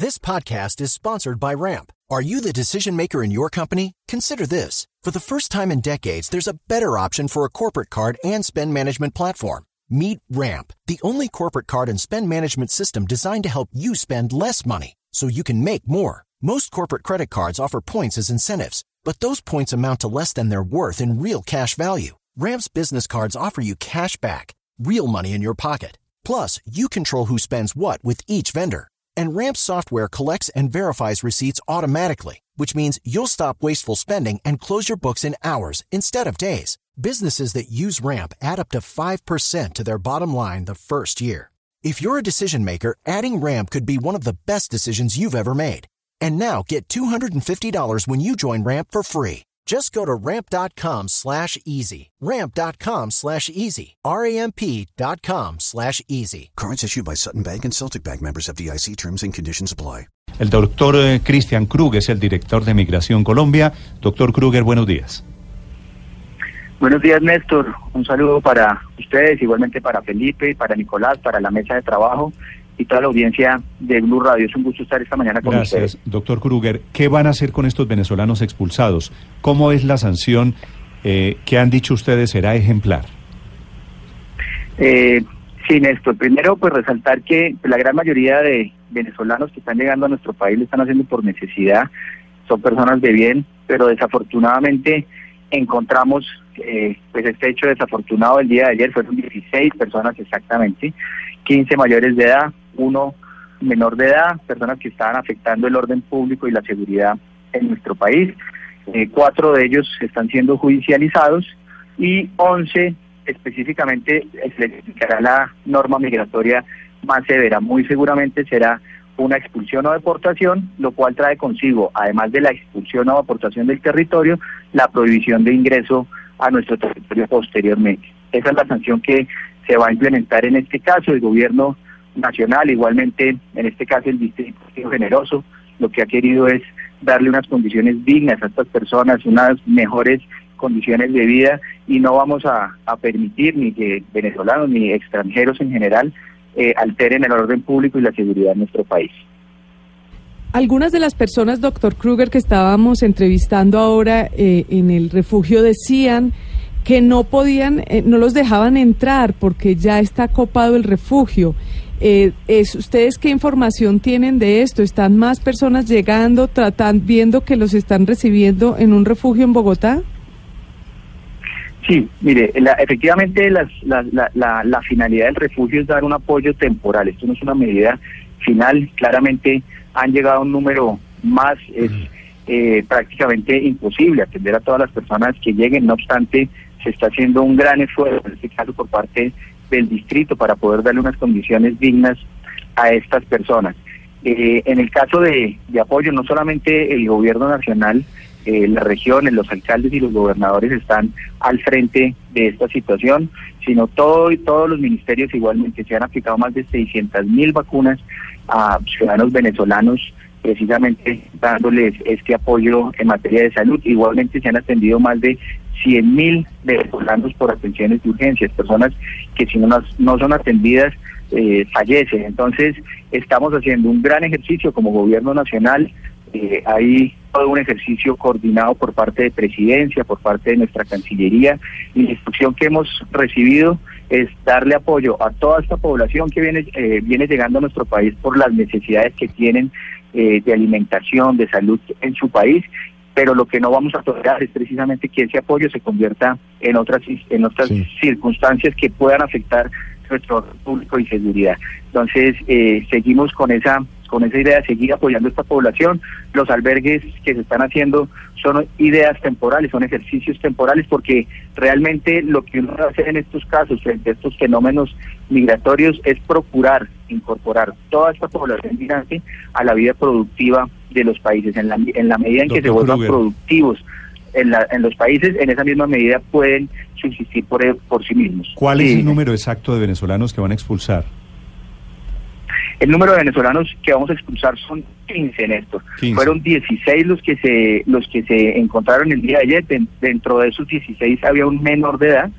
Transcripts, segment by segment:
This podcast is sponsored by Ramp. Are you the decision maker in your company? Consider this. For the first time in decades, there's a better option for a corporate card and spend management platform. Meet Ramp, the only corporate card and spend management system designed to help you spend less money so you can make more. Most corporate credit cards offer points as incentives, but those points amount to less than their worth in real cash value. Ramp's business cards offer you cash back, real money in your pocket. Plus, you control who spends what with each vendor. And Ramp's software collects and verifies receipts automatically, which means you'll stop wasteful spending and close your books in hours instead of days. Businesses that use Ramp add up to 5% to their bottom line the first year. If you're a decision maker, adding Ramp could be one of the best decisions you've ever made. And now get $250 when you join Ramp for free. Just go to ramp.com/easy. Ramp.com/easy. RAMP.com/easy. Cards issued by Sutton Bank and Celtic Bank, members of FDIC. Terms and conditions apply. El doctor Cristian Krug es el director de Migración Colombia. Doctor Kruger, buenos días. Buenos días, Néstor. Un saludo para ustedes, igualmente para Felipe, para Nicolás, para la mesa de trabajo y toda la audiencia de Blue Radio. Es un gusto estar esta mañana con ustedes. Gracias, doctor Kruger. ¿Qué van a hacer con estos venezolanos expulsados? ¿Cómo es la sanción que han dicho ustedes será ejemplar? Sí, Néstor. Primero, pues resaltar que la gran mayoría de venezolanos que están llegando a nuestro país lo están haciendo por necesidad. Son personas de bien, pero desafortunadamente encontramos pues este hecho desafortunado el día de ayer. Fueron 16 personas exactamente, 15 mayores de edad, 1 menor de edad, personas que estaban afectando el orden público y la seguridad en nuestro país. 4 de ellos están siendo judicializados y 11 específicamente se les aplicará la norma migratoria más severa. Muy seguramente será una expulsión o deportación, lo cual trae consigo, además de la expulsión o deportación del territorio, la prohibición de ingreso a nuestro territorio posteriormente. Esa es la sanción que se va a implementar en este caso. El gobierno nacional, igualmente en este caso el Distrito Generoso, lo que ha querido es darle unas condiciones dignas a estas personas, unas mejores condiciones de vida, y no vamos a permitir ni que venezolanos ni extranjeros en general alteren el orden público y la seguridad en nuestro país. Algunas de las personas, doctor Kruger, que estábamos entrevistando ahora en el refugio decían que no podían, no los dejaban entrar porque ya está copado el refugio. ¿Ustedes qué información tienen de esto? ¿Están más personas llegando, viendo que los están recibiendo en un refugio en Bogotá? Sí, mire, efectivamente la finalidad del refugio es dar un apoyo temporal. Esto no es una medida final. Claramente han llegado a un número más, es prácticamente imposible atender a todas las personas que lleguen. No obstante, se está haciendo un gran esfuerzo, en este caso por parte del distrito, para poder darle unas condiciones dignas a estas personas. En el caso de apoyo, no solamente el gobierno nacional, las regiones, los alcaldes y los gobernadores están al frente de esta situación, sino todos los ministerios igualmente. Se han aplicado más de 600.000 vacunas a ciudadanos venezolanos, precisamente dándoles este apoyo en materia de salud. Igualmente se han atendido más de 100.000 venezolanos por atenciones de urgencias, personas que si no son atendidas fallecen. Entonces estamos haciendo un gran ejercicio como gobierno nacional. Hay todo un ejercicio coordinado por parte de Presidencia, por parte de nuestra Cancillería, y la instrucción que hemos recibido es darle apoyo a toda esta población que viene llegando a nuestro país por las necesidades que tienen de alimentación, de salud en su país, pero lo que no vamos a tolerar es precisamente que ese apoyo se convierta en otras circunstancias que puedan afectar nuestro orden público y seguridad. Entonces, seguimos con esa idea de seguir apoyando a esta población. Los albergues que se están haciendo son ideas temporales, son ejercicios temporales, porque realmente lo que uno debe hacer en estos casos, frente a estos fenómenos migratorios, es procurar incorporar toda esta población migrante a la vida productiva de los países. En la medida en que se vuelvan productivos en los países, en esa misma medida pueden subsistir por sí mismos. ¿Cuál es el número exacto de venezolanos que van a expulsar? El número de venezolanos que vamos a expulsar son 15, Néstor. 15. Fueron 16 los que se encontraron el día de ayer. Dentro de esos 16 había un menor de edad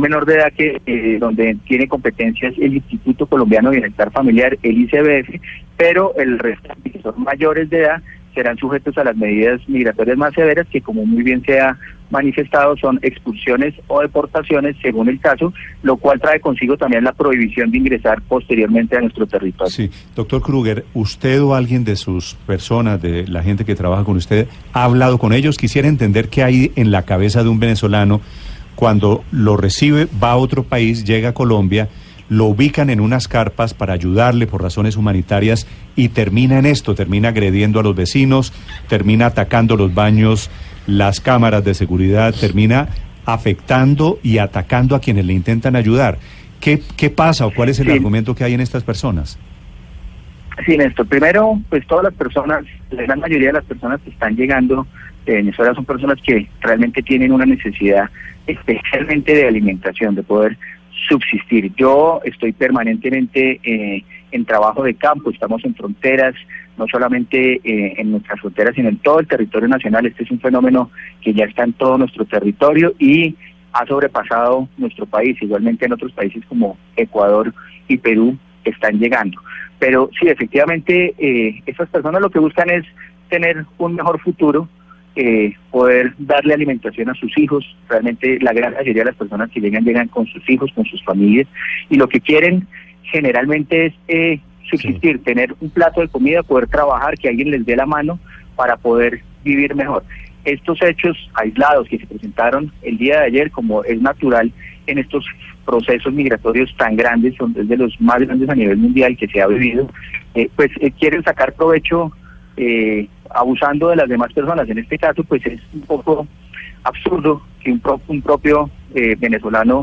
que donde tiene competencias el Instituto Colombiano de Bienestar Familiar, el ICBF, pero el resto, que son mayores de edad, serán sujetos a las medidas migratorias más severas, que como muy bien se ha manifestado son expulsiones o deportaciones según el caso, lo cual trae consigo también la prohibición de ingresar posteriormente a nuestro territorio. Sí, doctor Kruger, ¿usted o alguien de sus personas, de la gente que trabaja con usted, ha hablado con ellos? Quisiera entender qué hay en la cabeza de un venezolano cuando lo recibe, va a otro país, llega a Colombia, lo ubican en unas carpas para ayudarle por razones humanitarias y termina en esto, termina agrediendo a los vecinos, termina atacando los baños, las cámaras de seguridad, termina afectando y atacando a quienes le intentan ayudar. ¿Qué pasa o cuál es el argumento que hay en estas personas? Sí, Néstor. Primero, pues todas las personas, la gran mayoría de las personas que están llegando de Venezuela son personas que realmente tienen una necesidad especialmente de alimentación, de poder subsistir. Yo estoy permanentemente en trabajo de campo, estamos en fronteras, no solamente en nuestras fronteras, sino en todo el territorio nacional. Este es un fenómeno que ya está en todo nuestro territorio y ha sobrepasado nuestro país, igualmente en otros países como Ecuador y Perú están llegando. Pero sí, efectivamente, estas personas lo que buscan es tener un mejor futuro, poder darle alimentación a sus hijos. Realmente la gran mayoría de las personas que llegan con sus hijos, con sus familias, y lo que quieren generalmente es subsistir, tener un plato de comida, poder trabajar, que alguien les dé la mano para poder vivir mejor. Estos hechos aislados que se presentaron el día de ayer, como es natural en estos procesos migratorios tan grandes, son de los más grandes a nivel mundial que se ha vivido, quieren sacar provecho abusando de las demás personas. En este caso, pues es un poco absurdo que un propio venezolano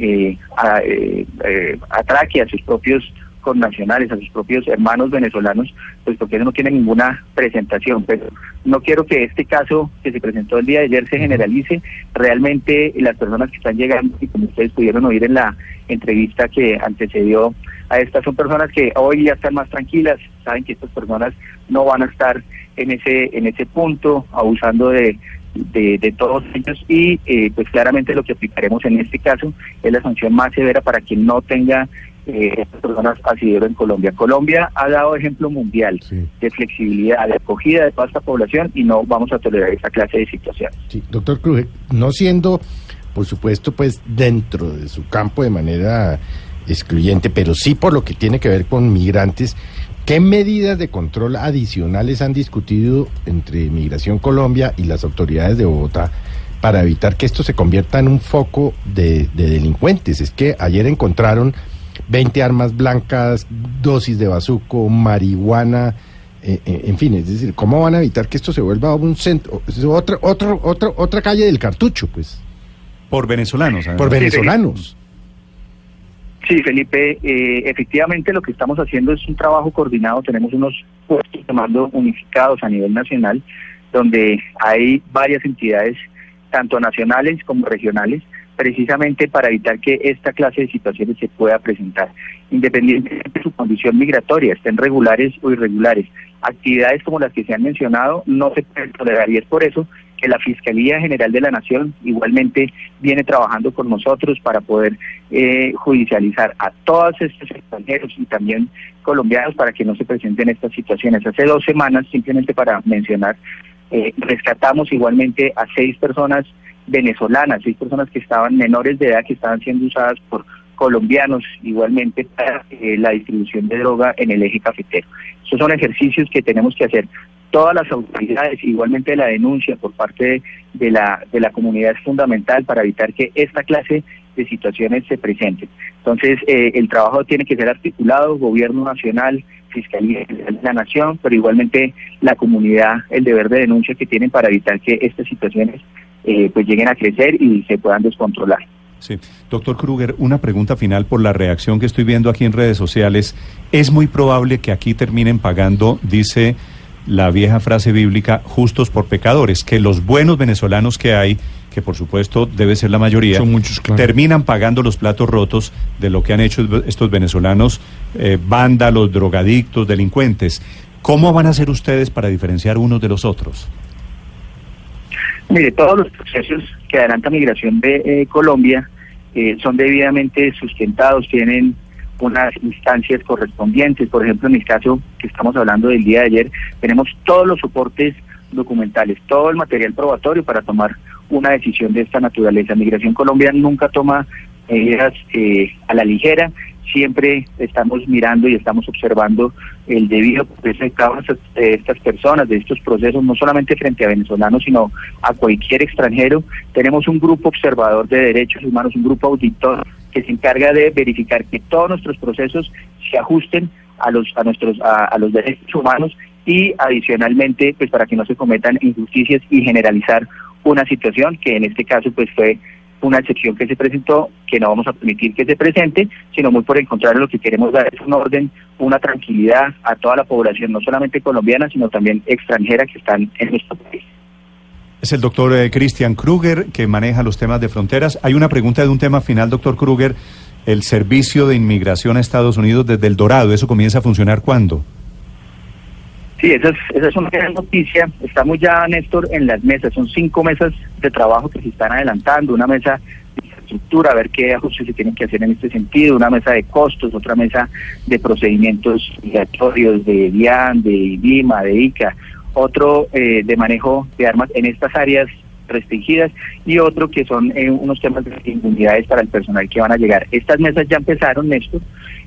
atraque a sus propios connacionales, a sus propios hermanos venezolanos, pues porque eso no tiene ninguna presentación. Pero no quiero que este caso que se presentó el día de ayer se generalice. Realmente las personas que están llegando, y como ustedes pudieron oír en la entrevista que antecedió a estas, son personas que hoy ya están más tranquilas, saben que estas personas no van a estar en ese punto abusando de todos ellos, y pues claramente lo que aplicaremos en este caso es la sanción más severa para quien no tenga estas personas asidero en Colombia. Colombia ha dado ejemplo mundial de flexibilidad, de acogida de toda esta población, y no vamos a tolerar esa clase de situaciones. Sí, doctor Kruger, no siendo, por supuesto, pues dentro de su campo de manera excluyente, pero sí por lo que tiene que ver con migrantes, ¿qué medidas de control adicionales han discutido entre Migración Colombia y las autoridades de Bogotá para evitar que esto se convierta en un foco de delincuentes? Es que ayer encontraron 20 armas blancas, dosis de bazuco, marihuana, en fin, es decir, ¿cómo van a evitar que esto se vuelva un centro, otra calle del cartucho, pues? Por venezolanos, además. Por venezolanos. Sí, Felipe, efectivamente lo que estamos haciendo es un trabajo coordinado. Tenemos unos puestos de mando unificados a nivel nacional, donde hay varias entidades, tanto nacionales como regionales, precisamente para evitar que esta clase de situaciones se pueda presentar, independientemente de su condición migratoria, estén regulares o irregulares. Actividades como las que se han mencionado no se pueden tolerar, y es por eso que la Fiscalía General de la Nación igualmente viene trabajando con nosotros para poder judicializar a todos estos extranjeros y también colombianos para que no se presenten estas situaciones. Hace 2 semanas, simplemente para mencionar, rescatamos igualmente a 6 personas venezolanas, 6 personas que estaban menores de edad, que estaban siendo usadas por colombianos igualmente para la distribución de droga en el eje cafetero. Esos son ejercicios que tenemos que hacer todas las autoridades. Igualmente la denuncia por parte de la comunidad es fundamental para evitar que esta clase de situaciones se presenten. Entonces el trabajo tiene que ser articulado, gobierno nacional, Fiscalía General de la Nación, pero igualmente la comunidad, el deber de denuncia que tienen para evitar que estas situaciones pues lleguen a crecer y se puedan descontrolar. Sí. Doctor Kruger, una pregunta final por la reacción que estoy viendo aquí en redes sociales. Es muy probable que aquí terminen pagando, dice la vieja frase bíblica, justos por pecadores, que los buenos venezolanos que hay, que por supuesto debe ser la mayoría, son muchos, claro, terminan pagando los platos rotos de lo que han hecho estos venezolanos, vándalos, drogadictos, delincuentes. ¿Cómo van a hacer ustedes para diferenciar unos de los otros? Mire, todos los procesos que adelanta Migración de Colombia son debidamente sustentados, tienen unas instancias correspondientes. Por ejemplo, en el caso que estamos hablando del día de ayer, tenemos todos los soportes documentales, todo el material probatorio para tomar una decisión de esta naturaleza. Migración Colombia nunca toma medidas a la ligera, siempre estamos mirando y estamos observando el debido proceso de cada una de estas personas, de estos procesos, no solamente frente a venezolanos, sino a cualquier extranjero. Tenemos un grupo observador de derechos humanos, un grupo auditor que se encarga de verificar que todos nuestros procesos se ajusten a los derechos humanos y adicionalmente pues para que no se cometan injusticias y generalizar una situación que en este caso pues fue una excepción que se presentó, que no vamos a permitir que se presente, sino muy por el contrario, lo que queremos dar es un orden, una tranquilidad a toda la población, no solamente colombiana, sino también extranjera que están en nuestro país. Es el doctor Christian Kruger, que maneja los temas de fronteras. Hay una pregunta de un tema final, doctor Kruger. El servicio de inmigración a Estados Unidos desde El Dorado, ¿eso comienza a funcionar cuándo? Sí, esa es una gran noticia. Estamos ya, Néstor, en las mesas. Son 5 mesas de trabajo que se están adelantando. Una mesa de infraestructura, a ver qué ajustes se tienen que hacer en este sentido. Una mesa de costos, otra mesa de procedimientos migratorios, de DIAN, de IBIMA, de ICA. Otro de manejo de armas en estas áreas restringidas y otro que son unos temas de inmunidades para el personal que van a llegar. Estas mesas ya empezaron, Néstor.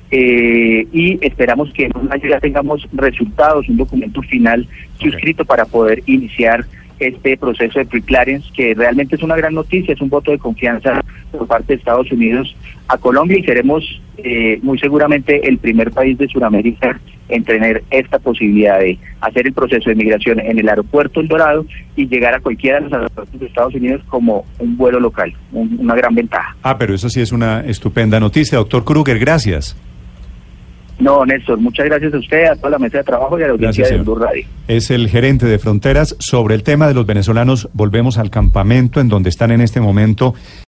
Y esperamos que en un año ya tengamos resultados, un documento final suscrito para poder iniciar este proceso de pre-clearance, que realmente es una gran noticia, es un voto de confianza por parte de Estados Unidos a Colombia y seremos muy seguramente el primer país de Sudamérica en tener esta posibilidad de hacer el proceso de migración en el aeropuerto El Dorado y llegar a cualquiera de los aeropuertos de Estados Unidos como un vuelo local, una gran ventaja. Pero eso sí es una estupenda noticia. Doctor Kruger, gracias. No, Néstor, muchas gracias a usted, a toda la mesa de trabajo y a la audiencia de Blue Radio. Es el gerente de Fronteras. Sobre el tema de los venezolanos, volvemos al campamento en donde están en este momento